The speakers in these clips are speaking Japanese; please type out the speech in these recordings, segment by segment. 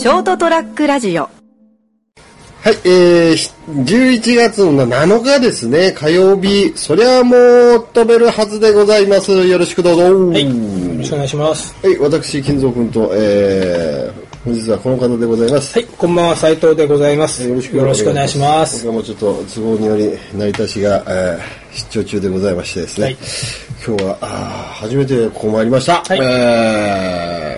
ショートトラックラジオ。 はい、11月の7日ですね、火曜日、そりゃもう飛べるはずでございます。よろしくどうぞ。 はい、よろしくお願いします。 はい、私、金蔵君と、本日はこの方でございます。 はい、こんばんは、斉藤でございます。 よろしくお願いします。 僕はもうちょっと都合により、成田市が、出張中でございましてですね、はい、今日は初めてここ参りました。はい、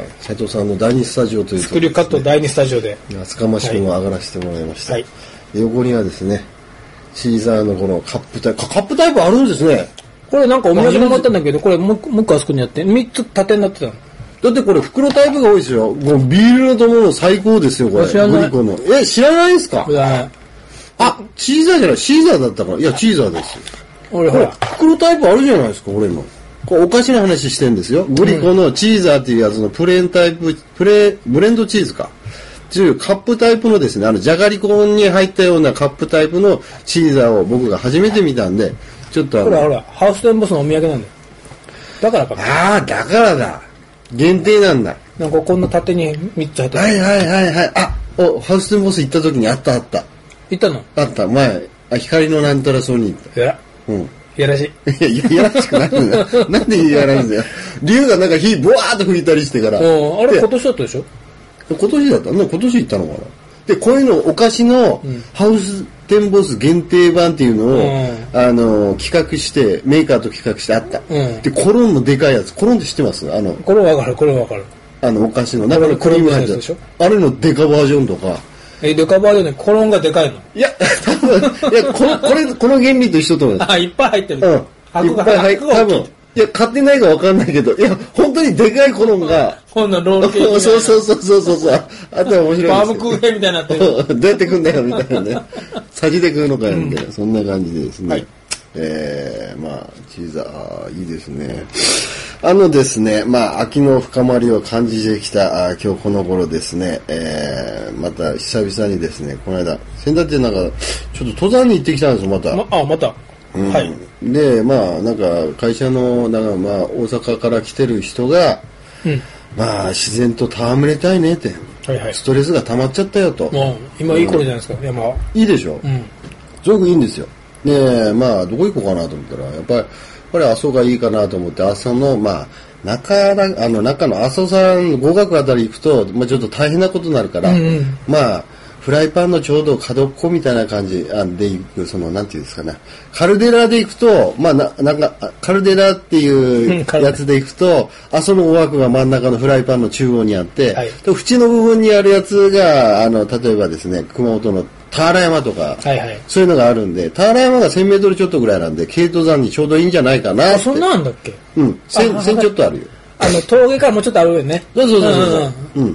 斉藤さんの第2スタジオというスクリューカット第2スタジオで厚かましくも上がらせてもらいました。はい、横にはですね、シーザーのこのカップタイプあるんですね。 これなんかお土産もらったんだけど、これもう一個あそこにあって3つ縦になってたの。 だってこれ袋タイプが多いですよ。もうビールの友の最高ですよ、これ。 知らない。 グリコの。知らないですか？チーザーじゃない、シーザーだったから。いや、チーザーですよ。 俺ほら。 袋タイプあるじゃないですか、俺今。これおかしな話してんですよ。グリコのチーザーっていうやつのプレーンタイプ、ブレンドチーズか。というカップタイプのですね、じゃがりこに入ったようなカップタイプのチーザーを僕が初めて見たんで、ちょっとほら、ハウステンボスのお土産なんだよ。だからかな。 だからだ。限定なんだ。 なんかこんな縦に3つ入ってる。 はい。ハウステンボス行った時にあった。行ったの？ あった。前、光のなんたらそうに行った。 いやらしい。 いやらしくないんだよ。なんでいやらしいんだよ。竜がなんか火、ボワーっと吹いたりしてから。 あれ今年だったでしょ？ 今年だった今年行ったのかな。で、こういうの、お菓子のハウステンボス限定版っていうのを、企画して、メーカーと企画してあった。で、コロンのでかいやつ、コロンって知ってます？ これわかる。 お菓子の中にクリーム入ってる。あれのデカバージョンとか。 デカバージョンでコロンがでかいの？ いや、多分、この原理と一緒と思います。 いっぱい入ってる。 いっぱい入ってる。多分。いや、買ってないかわかんないけど、いや、本当にでかいコロンが。 こんなロールケーキ。 そう。あとは面白いです。 バームクーヘンみたいになってる。 どうやって食うんだよ、みたいなね。さじで食うのかよ、みたいな。そんな感じでですね。はい。チーザー、いいですね。ですね、秋の深まりを感じてきた、今日この頃ですね、また久々にですね、この間、先だってなんか、ちょっと登山に行ってきたんですよ、また。 また。はい。 で、なんか、会社の、大阪から来てる人が、自然と戯れたいねって。ストレスが溜まっちゃったよと。 今いい頃じゃないですか、山は。 いいでしょ。すごくいいんですよ。で、どこ行こうかなと思ったら、やっぱり阿蘇がいいかなと思って、阿蘇の、中の阿蘇山合格あたり行くと、ちょっと大変なことになるから、フライパンのちょうど角っこみたいな感じで行く、なんていうんですかね。カルデラで行くと、カルデラっていうやつで行くと、阿蘇の大枠が真ん中のフライパンの中央にあって、縁の部分にあるやつが、例えばですね、熊本の田原山とか、そういうのがあるんで、田原山が1000メートルちょっとぐらいなんで、軽登山にちょうどいいんじゃないかなって。 そんなんだっけ 1000ちょっとあるよ。 峠からもうちょっとあるよね。 そう。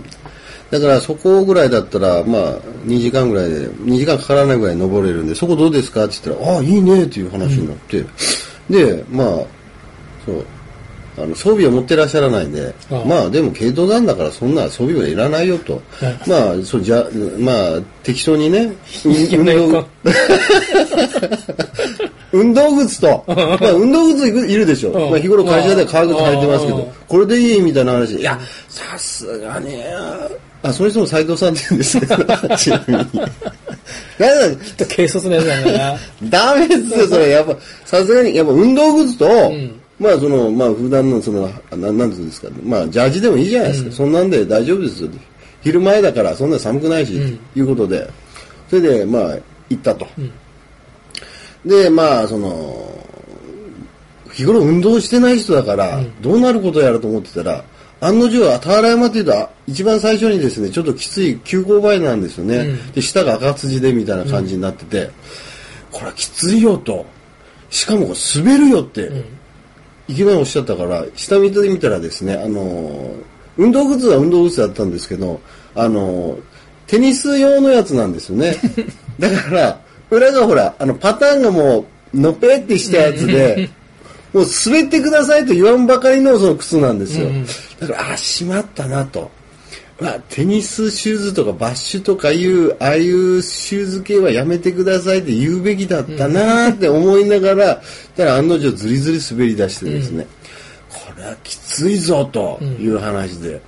だからそこぐらいだったら、2時間ぐらいで、2時間かからないぐらい登れるんで、そこどうですかって言ったら、いいねっていう話になって、で、装備を持ってらっしゃらないんで、でも軽登山だからそんな装備はいらないよと。適当にね、運動靴と、運動靴いるでしょ。日頃会社で革靴履いてますけど、これでいいみたいな話で、いや、さすがに、その人も斉藤さんって言うんですね。ちなみに。 軽率なやつなんだな。 ダメですよ、それ。やっぱ、さすがに、運動靴と、普段のなんていうんですか、ジャージでもいいじゃないですか。そんなんで大丈夫ですよ。昼前だからそんな寒くないし、いうことで。それで、行ったと。で、日頃運動してない人だから、どうなることやると思ってたら、案の定、田原山っていうと、一番最初にですね、ちょっときつい急勾配なんですよね。で、下が赤筋でみたいな感じになってて、これはきついよと。しかも滑るよって、いきなりおっしゃったから、下見てみたらですね、運動靴は運動靴だったんですけど、テニス用のやつなんですよね。だから、裏がほら、パターンがもう、のぺってしたやつで、もう滑ってくださいと言わんばかりのその靴なんですよ。だから、しまったなと。テニスシューズとかバッシュとかああいうシューズ系はやめてくださいって言うべきだったなって思いながら、ただ案の定ずりずり滑り出してですね、これはきついぞという話で。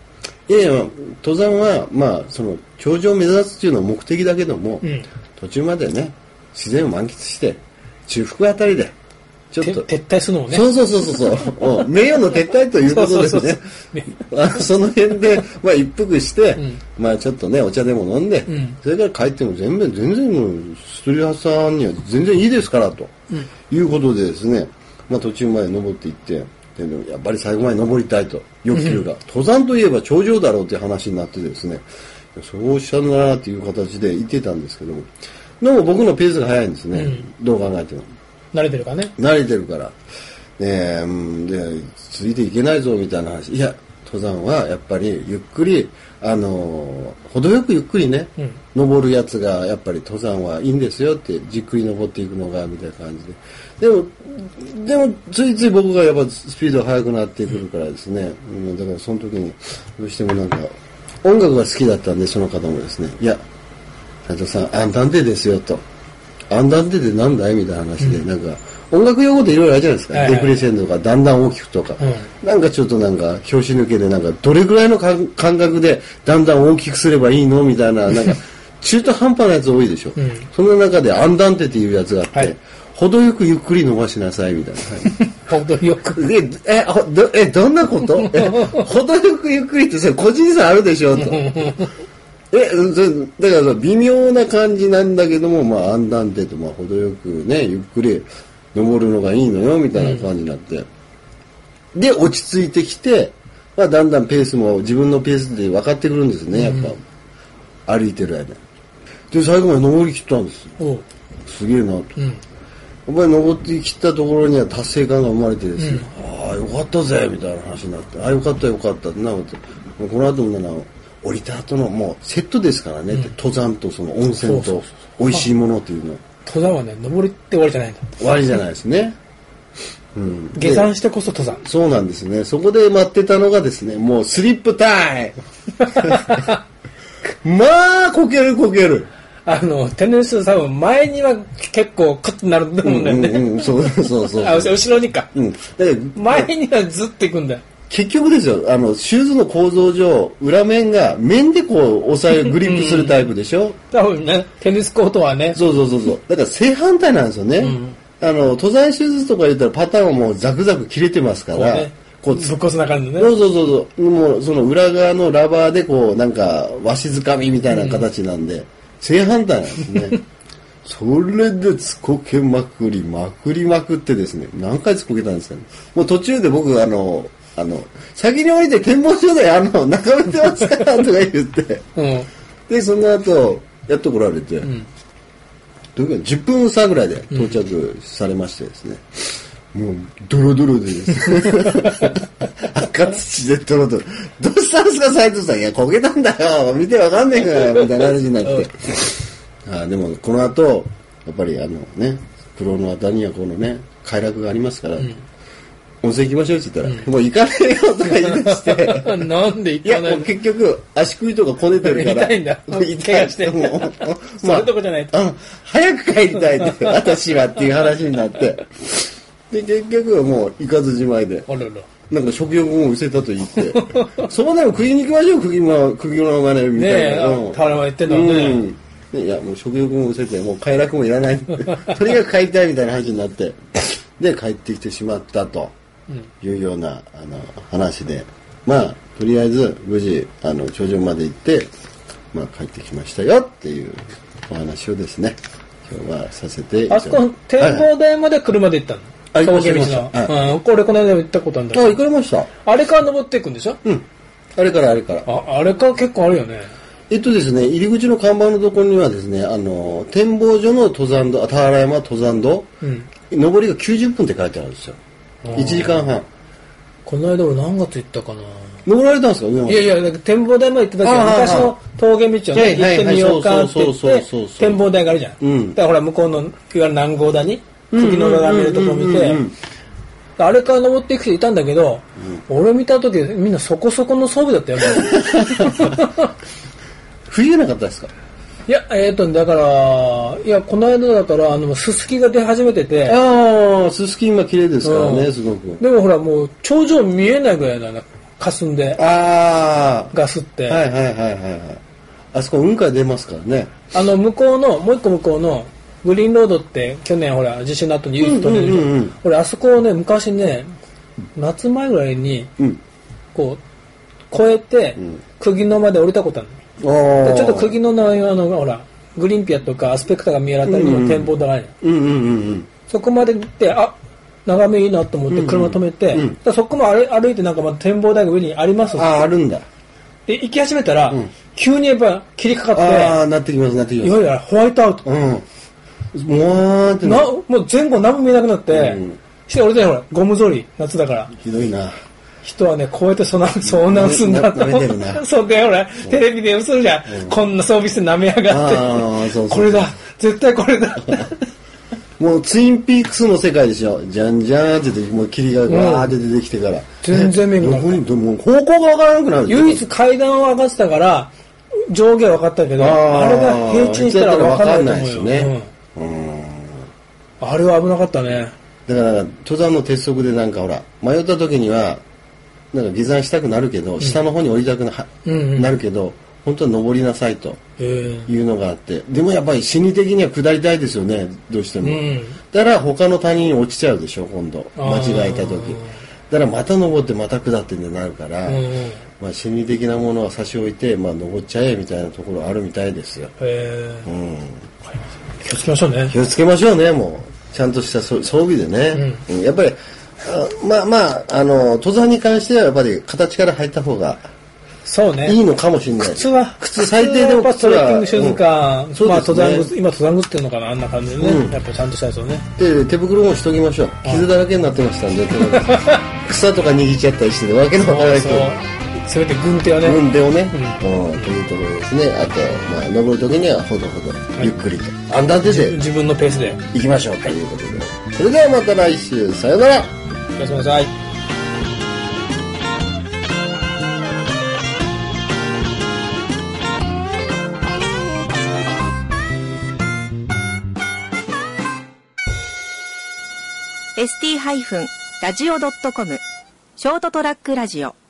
いやいや、登山は、まあ、その、頂上を目指すっていうのは目的だけども、途中までね、自然を満喫して、中腹あたりで、ちょっと。 撤退するのもね。 そう。名誉の撤退ということですね。その辺で、まあ一服して、まあちょっとね、お茶でも飲んで、それから帰っても全然もう、ストリハさんには全然いいですから、ということでですね、まあ途中まで登っていって、でやっぱり最後まで登りたいと、欲求が。登山といえば頂上だろうという話になってですね、そうおっしゃるなという形で言ってたんですけども、でも僕のペースが速いんですね、どう考えても。 慣れてるからね。 慣れてるから。で、ついていけないぞみたいな話。いや、登山はやっぱりゆっくり、程よくゆっくりね、登るやつがやっぱり登山はいいんですよって、じっくり登っていくのが、みたいな感じで。でも、ついつい僕がやっぱスピードが速くなってくるからですね、だからその時に、どうしてもなんか、音楽が好きだったんで、その方もですね、いや、斉藤さん、アンダンテですよと。アンダンテってなんだいみたいな話で、なんか、音楽用語でいろいろあるじゃないですか。デプレッションとか、だんだん大きくとか。なんかちょっとなんか、拍子抜けでなんか、どれぐらいの感覚でだんだん大きくすればいいのみたいな、なんか、中途半端なやつ多いでしょ。その中でアンダンテっていうやつがあって、程よくゆっくり伸ばしなさいみたいな。程よく。 どんなこと程よくゆっくりってそれ個人差あるでしょと。だから微妙な感じなんだけども、まあ、アンダンテと、まあ、程よくね、ゆっくり登るのがいいのよ、みたいな感じになって。で、落ち着いてきて、まあ、だんだんペースも自分のペースで分かってくるんですね、やっぱ。歩いてる間に。で、最後まで登り切ったんですよ。すげえなと。やっぱり登ってきたところには達成感が生まれてですね、ああ、よかったぜ、みたいな話になって、ああ、よかったってなって、この後も降りた後のもうセットですからね、登山とその温泉と美味しいものというのは。 登山はね、登りって終わりじゃないんだ。 終わりじゃないですね。 下山してこそ登山。 そうなんですね。そこで待ってたのがですね、もうスリップタイムまあ、こける。 天然質多分前には結構カッとなると思うんだよね。 そう。 後ろにか。前にはずっと行くんだよ。 結局ですよ、シューズの構造上、裏面が面でこう、グリップするタイプでしょ多分ね、テニスコートはね。 そう。だから正反対なんですよね。登山シューズとか言ったらパターンはもうザクザク切れてますから、 こう、ぶっこすな感じね。 そう。もうその裏側のラバーでこう、なんか、わしづかみみたいな形なんで、正反対なんですね。それでつこけまくりまくってですね、何回つこけたんですかね。もう途中で僕、先に降りて展望所で眺めてますからとか言って、で、その後、やっと来られて、どれぐらい10分差ぐらいで到着されましてですね、もう、ドロドロでですね、赤土でドロドロ。どうしたんですか、斉藤さん。いや、こけたんだよ。見てわかんねえからよ。みたいな話になって。でも、この後、やっぱり黒の辺りにはこのね、快楽がありますから、温泉行きましょうって言ったら、もう行かねえよとか言い出して。 なんで行かないの？ いや、もう結局、足首とかこねてるから。 痛いんだ。怪我して。もう、そういうとこじゃないと。 早く帰りたいって、私はっていう話になって。で、結局はもう行かずじまいで。なんか食欲も失せたと言って。そこでも食いに行きましょう、釘のまね、みたいな。 ねえ、タワマ言ってたんね。 いや、もう食欲も失せて、もう快楽もいらない。とにかく帰りたいみたいな話になって。で、帰ってきてしまったというような、話で。まあ、とりあえず、無事、頂上まで行って、まあ、帰ってきましたよっていうお話をですね、今日はさせていただきました。 あそこ、展望台まで車で行ったの？峠道の。これこの間行ったことあるんだけど。 行かれました。 あれから登っていくんでしょ？ あれから。あれから結構あるよね。 ですね、入り口の看板のところにはですね、展望所の登山道、田原山登山道、登りが90分って書いてあるんですよ。1時間半。 この間俺何月行ったかな。 登られたんですか？上まで。 いや、展望台まで行った時は昔の峠道をね、行ってみようかって言って、展望台があるじゃん。だからほら、向こうの南郷谷、釘の裏が見るところ見て、あれから登っていく人いたんだけど、俺見た時みんなそこそこの装備だったよ。 冬なかったですか？ いや、だから、いや、この間だから、すすきが出始めてて。 すすき今綺麗ですからね、すごく。 でもほら、もう、頂上見えないぐらいだな。 霞んで、 ガスって。 はいはいはいはい。あそこ雲海出ますからね。 向こうの、もう一個向こうの、グリーンロードって去年ほら、地震の後に唯一飛んでるじゃん。俺、あそこをね、昔ね、夏前ぐらいに、こう、越えて、釘野まで降りたことあるの。ちょっと釘野のほら、グリーンピアとかアスペクタが見えるあたりの展望台ね。そこまで行って、眺めいいなと思って車止めて、そこも歩いてなんかま展望台が上にありますあるんだ。 で、行き始めたら、急にやっぱ切りかかって、 なってきます、なってきます。 いわゆるホワイトアウト。もう前後何も見えなくなって、して俺でほら、ゴム草履、夏だから。 ひどいな。 人はね、こうやって遭難するんだと思って。そうで、ほら、テレビで映るじゃん。こんな装備して舐めやがって。これだ、絶対これだ。 もうツインピークスの世界ですよ。じゃんじゃーんって言って、もう霧がガーって出てきてから。 全然見えなくない。もう方向がわからなくなる。 唯一階段を上がってたから、上下は分かったけど、あれが平地にしたら分かんないと思うよ。あれは危なかったね。 だから、登山の鉄則でなんかほら、迷った時には、なんか下山したくなるけど、下の方に降りたくなるけど、本当は登りなさいというのがあって、でもやっぱり心理的には下りたいですよね、どうしても。だから他の谷に落ちちゃうでしょ、今度。間違えた時。だからまた登ってまた下ってなるから、まあ心理的なものは差し置いて、まあ登っちゃえみたいなところあるみたいですよ。 気をつけましょうね。 気をつけましょうね、もう。ちゃんとした装備でね。やっぱり、登山に関してはやっぱり形から入った方が、 そうね。 いいのかもしれない。 靴最低でも靴はトレッキングシューズか、まあ登山靴、今登山靴っていうのかな、あんな感じでね。やっぱちゃんとしたやつをね。 で、手袋もしときましょう。傷だらけになってましたんで、草とか握っちゃったりして、わけのわからない人。 せめて軍手をね。 軍手をね。というところですね。あと、まあ、登るときにはほどほど、ゆっくりと。アンダー手で。 自分のペースで。 行きましょうということで。それではまた来週、さよなら。 おやすみなさい。 ST-radio.com ショートトラックラジオ